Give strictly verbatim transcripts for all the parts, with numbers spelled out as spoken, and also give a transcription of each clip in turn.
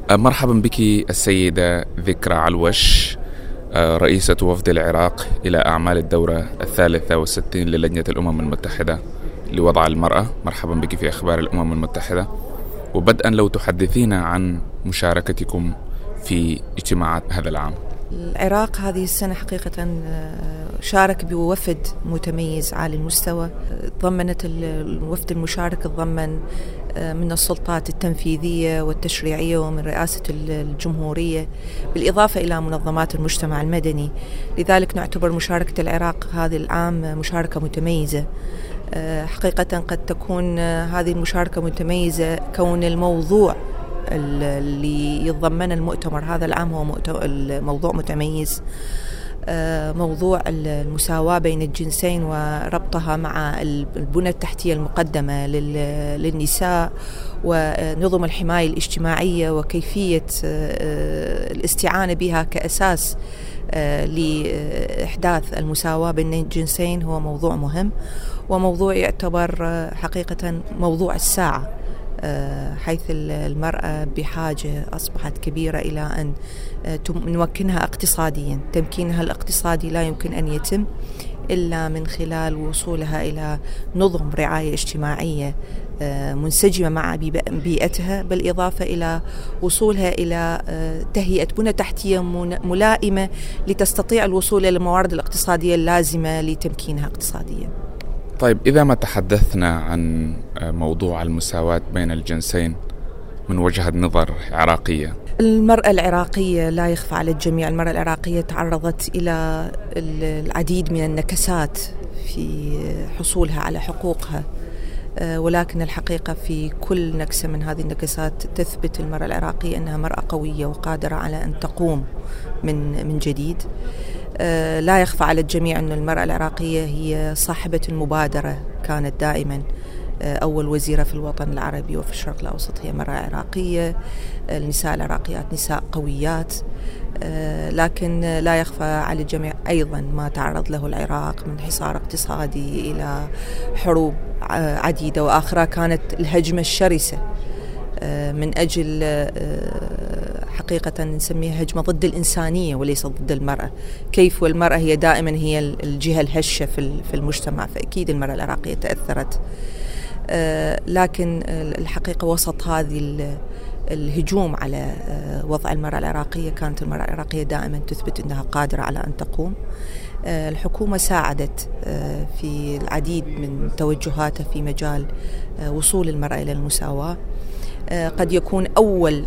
مرحبا بك السيدة ذكرى علوش، رئيسة وفد العراق إلى أعمال الدورة الثالثة والستين للجنة الأمم المتحدة لوضع المرأة. مرحبا بك في أخبار الأمم المتحدة. وبدءا لو تحدثينا عن مشاركتكم في اجتماعات هذا العام. العراق هذه السنة حقيقة شارك بوفد متميز عالي المستوى. ضمنت الوفد المشارك تضمن من السلطات التنفيذية والتشريعية ومن رئاسة الجمهورية، بالإضافة إلى منظمات المجتمع المدني. لذلك نعتبر مشاركة العراق هذا العام مشاركة متميزة. حقيقة قد تكون هذه المشاركة متميزة كون الموضوع اللي يتضمن المؤتمر هذا العام هو موضوع متميز، موضوع المساواة بين الجنسين وربطها مع البنى التحتية المقدمة للنساء ونظم الحماية الاجتماعية وكيفية الاستعانة بها كأساس لإحداث المساواة بين الجنسين هو موضوع مهم، وموضوع يعتبر حقيقة موضوع الساعة، حيث المرأة بحاجة أصبحت كبيرة إلى أن نمكنها اقتصاديا. تمكينها الاقتصادي لا يمكن أن يتم إلا من خلال وصولها إلى نظم رعاية اجتماعية منسجمة مع بيئتها، بالإضافة إلى وصولها إلى تهيئة بنى تحتية ملائمة لتستطيع الوصول إلى الموارد الاقتصادية اللازمة لتمكينها اقتصاديا. طيب، إذا ما تحدثنا عن موضوع المساواة بين الجنسين من وجهة نظر عراقية، المرأة العراقية لا يخفى على الجميع، المرأة العراقية تعرضت إلى العديد من النكسات في حصولها على حقوقها، ولكن الحقيقة في كل نكسة من هذه النكسات تثبت المرأة العراقية أنها مرأة قوية وقادرة على أن تقوم من من جديد. لا يخفى على الجميع أن المرأة العراقية هي صاحبة المبادرة، كانت دائما أول وزيرة في الوطن العربي وفي الشرق الأوسط هي مرأة عراقية. النساء العراقيات نساء قويات، لكن لا يخفى على الجميع أيضا ما تعرض له العراق من حصار اقتصادي إلى حروب عديدة، وآخرها كانت الهجمة الشرسة من أجل حقيقة نسميها هجمة ضد الإنسانية وليس ضد المرأة. كيف والمرأة هي دائما هي الجهة الهشة في المجتمع، فأكيد المرأة العراقية تأثرت. لكن الحقيقة وسط هذه الهجوم على وضع المرأة العراقية كانت المرأة العراقية دائما تثبت أنها قادرة على أن تقوم. الحكومة ساعدت في العديد من توجهاتها في مجال وصول المرأة إلى المساواة. قد يكون أول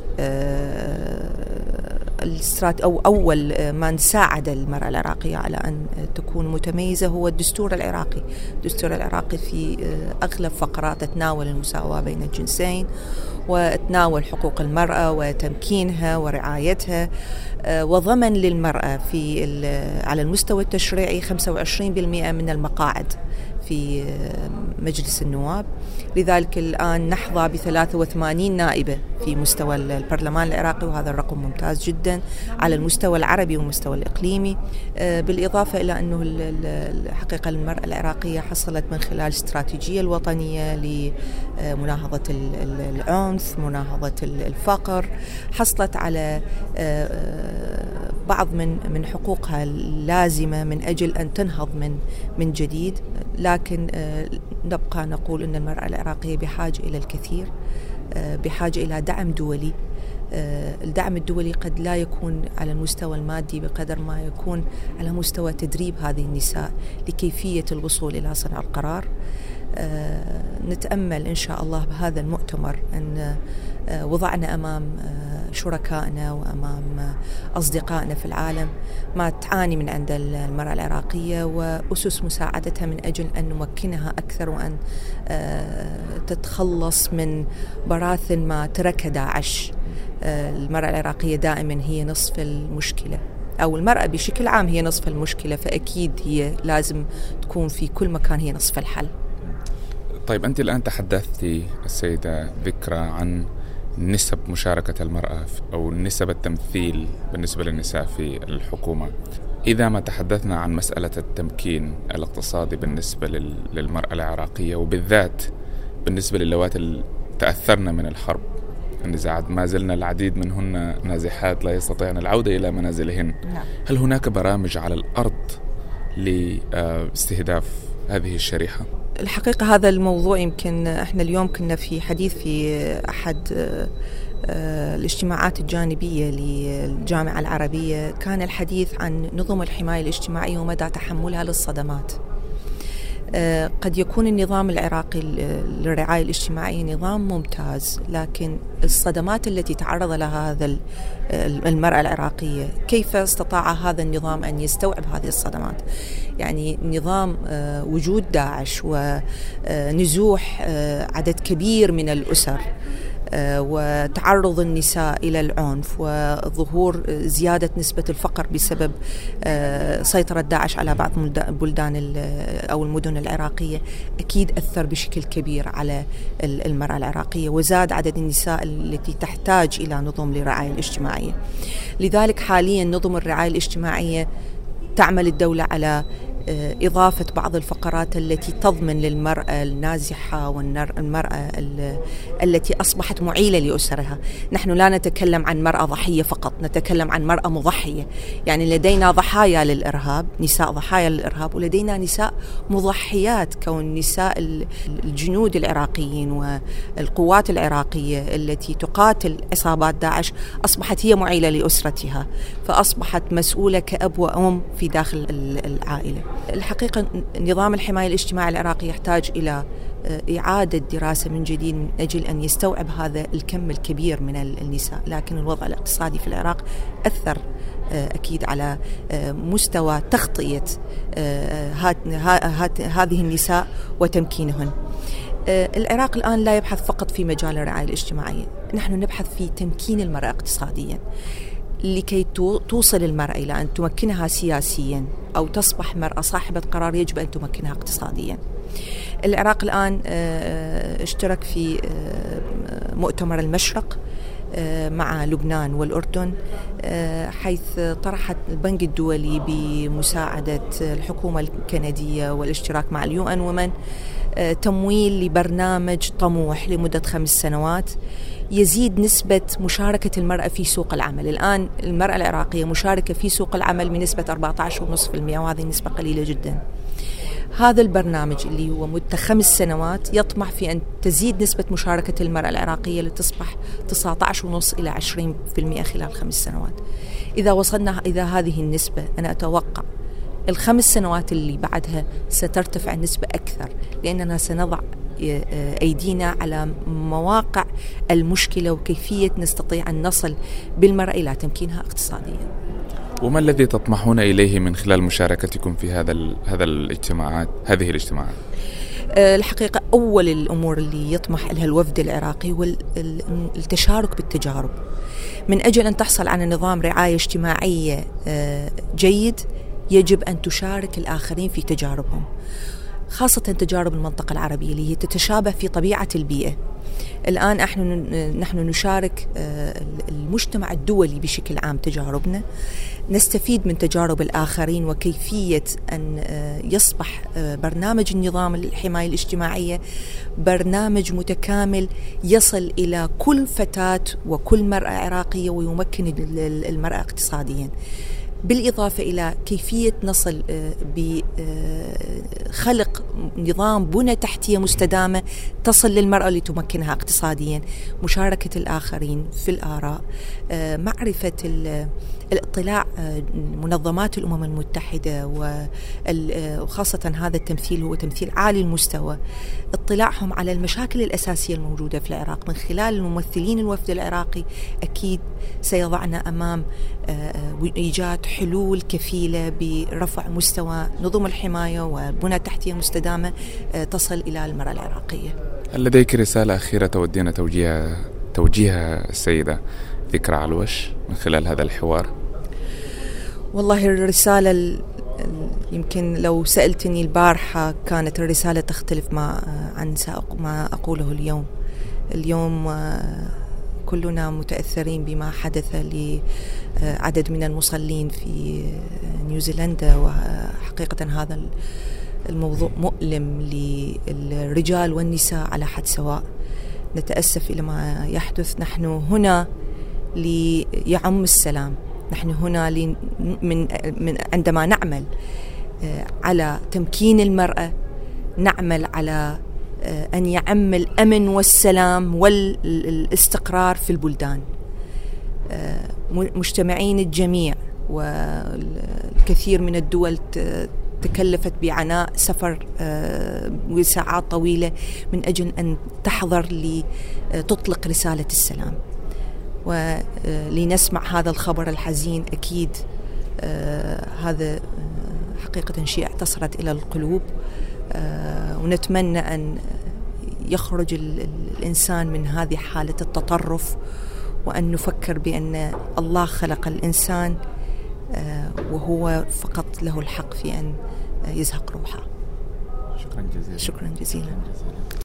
أو أول ما ساعد المرأة العراقية على أن تكون متميزة هو الدستور العراقي. الدستور العراقي في أغلب فقراته تناول المساواة بين الجنسين وتناول حقوق المرأة وتمكينها ورعايتها، وضمن للمرأة في على المستوى التشريعي خمسة وعشرين بالمئة من المقاعد في مجلس النواب. لذلك الآن نحظى بثلاثة وثمانين نائبة في مستوى البرلمان العراقي، وهذا الرقم ممتاز جدا على المستوى العربي والمستوى الإقليمي. بالإضافة إلى أنه الحقيقة المرأة العراقية حصلت من خلال الاستراتيجية الوطنية لمناهضة العنف، مناهضة الفقر، حصلت على بعض من من حقوقها اللازمة من أجل أن تنهض من من جديد. لكن نبقى نقول أن المرأة العراقية بحاجة إلى الكثير، بحاجة إلى دعم دولي. الدعم الدولي قد لا يكون على المستوى المادي بقدر ما يكون على مستوى تدريب هذه النساء لكيفية الوصول إلى صنع القرار. نتأمل إن شاء الله بهذا المؤتمر أن وضعنا أمام شركائنا وأمام أصدقائنا في العالم ما تعاني من عند المرأة العراقية، وأسس مساعدتها من أجل أن نمكنها أكثر وأن تتخلص من براثن ما تركها داعش. المرأة العراقية دائما هي نصف المشكلة، أو المرأة بشكل عام هي نصف المشكلة، فأكيد هي لازم تكون في كل مكان هي نصف الحل. طيب، أنت الآن تحدثتي السيدة ذكرى عن نسب مشاركة المرأة أو نسب التمثيل بالنسبة للنساء في الحكومة. إذا ما تحدثنا عن مسألة التمكين الاقتصادي بالنسبة للمرأة العراقية، وبالذات بالنسبة للواتي تأثرنا من الحرب النزاعات ما زلنا العديد منهن نازحات لا يستطيعن العودة إلى منازلهن. نعم. هل هناك برامج على الأرض لاستهداف هذه الشريحة؟ الحقيقة هذا الموضوع يمكن احنا اليوم كنا في حديث في أحد الاجتماعات الجانبية للجامعة العربية، كان الحديث عن نظم الحماية الاجتماعية ومدى تحملها للصدمات. قد يكون النظام العراقي للرعاية الاجتماعية نظام ممتاز، لكن الصدمات التي تعرض لها هذا المرأة العراقية، كيف استطاع هذا النظام أن يستوعب هذه الصدمات؟ يعني نظام وجود داعش ونزوح عدد كبير من الأسر وتعرض النساء إلى العنف وظهور زيادة نسبة الفقر بسبب سيطرة داعش على بعض البلدان أو المدن العراقية، أكيد أثر بشكل كبير على المرأة العراقية، وزاد عدد النساء التي تحتاج إلى نظم للرعاية الاجتماعية. لذلك حاليا نظم الرعاية الاجتماعية تعمل الدولة على إضافة بعض الفقرات التي تضمن للمرأة النازحة والمرأة التي أصبحت معيلة لأسرها. نحن لا نتكلم عن مرأة ضحية فقط، نتكلم عن مرأة مضحية. يعني لدينا ضحايا للإرهاب، نساء ضحايا للإرهاب، ولدينا نساء مضحيات، كون نساء الجنود العراقيين والقوات العراقية التي تقاتل عصابات داعش أصبحت هي معيلة لأسرتها، فأصبحت مسؤولة كأب وأم في داخل العائلة. الحقيقة نظام الحماية الاجتماعي العراقي يحتاج إلى إعادة دراسة من جديد من أجل أن يستوعب هذا الكم الكبير من النساء، لكن الوضع الاقتصادي في العراق أثر أكيد على مستوى تغطية هذه النساء وتمكينهن. العراق الآن لا يبحث فقط في مجال الرعاية الاجتماعية، نحن نبحث في تمكين المرأة اقتصاديا. لكي توصل المرأة إلى أن تمكنها سياسيا أو تصبح مرأة صاحبة قرار، يجب أن تمكنها اقتصاديا. العراق الآن اشترك في مؤتمر المشرق مع لبنان والأردن، حيث طرحت البنك الدولي بمساعدة الحكومة الكندية والاشتراك مع اليو ان ومن تمويل لبرنامج طموح لمدة خمس سنوات يزيد نسبة مشاركة المرأة في سوق العمل. الآن المرأة العراقية مشاركة في سوق العمل بنسبة أربعة عشر فاصلة خمسة بالمئة، وهذه نسبة قليلة جدا. هذا البرنامج اللي هو مدة خمس سنوات يطمح في أن تزيد نسبة مشاركة المرأة العراقية لتصبح تسعة عشر فاصلة خمسة إلى عشرين بالمئة خلال خمس سنوات. إذا وصلنا إلى هذه النسبة، أنا أتوقع الخمس سنوات اللي بعدها سترتفع النسبة أكثر، لأننا سنضع أيدينا على مواقع المشكلة وكيفية نستطيع أن نصل بالمرأة إلى تمكينها اقتصاديا. وما الذي تطمحون إليه من خلال مشاركتكم في هذا هذا الاجتماعات هذه الاجتماعات؟ الحقيقة أول الأمور اللي يطمح لها الوفد العراقي هو التشارك بالتجارب. من أجل أن تحصل على نظام رعاية اجتماعية جيد، يجب أن تشارك الآخرين في تجاربهم، خاصة تجارب المنطقة العربية اللي هي تتشابه في طبيعة البيئة. الآن نحن نحن نشارك المجتمع الدولي بشكل عام تجاربنا، نستفيد من تجارب الآخرين وكيفية أن يصبح برنامج النظام الحماية الاجتماعية برنامج متكامل يصل إلى كل فتاة وكل مرأة عراقية ويمكن المرأة اقتصاديا، بالإضافة إلى كيفية نصل بخلق نظام بنى تحتية مستدامة تصل للمرأة لتمكنها اقتصاديا، مشاركة الآخرين في الآراء، معرفة الاطلاع منظمات الأمم المتحدة وخاصة هذا التمثيل هو تمثيل عالي المستوى، اطلاعهم على المشاكل الأساسية الموجودة في العراق من خلال الممثلين الوفد العراقي، أكيد سيضعنا أمام إيجاد حلول كفيلة برفع مستوى نظم الحماية وبنى تحتية مستدامة تصل إلى المرأة العراقية. هل لديك رسالة أخيرة تودينا توجيه توجيهها السيدة ذكرى علوش من خلال هذا الحوار؟ والله الرسالة يمكن لو سألتني البارحة كانت الرسالة تختلف ما عن ما أقوله اليوم. اليوم كلنا متأثرين بما حدث لعدد من المصلين في نيوزيلندا، وحقيقة هذا الموضوع مؤلم للرجال والنساء على حد سواء. نتأسف إلى ما يحدث. نحن هنا ليعم السلام، نحن هنا من من عندما نعمل على تمكين المرأة، نعمل على أن يعم الأمن والسلام والاستقرار في البلدان. مجتمعين الجميع، والكثير من الدول تكلفت بعناء سفر وساعات طويلة من أجل أن تحضر لتطلق رسالة السلام. ولنسمع هذا الخبر الحزين أكيد هذا حقيقة شيء اعتصرت إلى القلوب، ونتمنى أن يخرج الإنسان من هذه حالة التطرف، وأن نفكر بأن الله خلق الإنسان وهو فقط له الحق في أن يزهق روحه. شكرا جزيلا. شكرا جزيلا.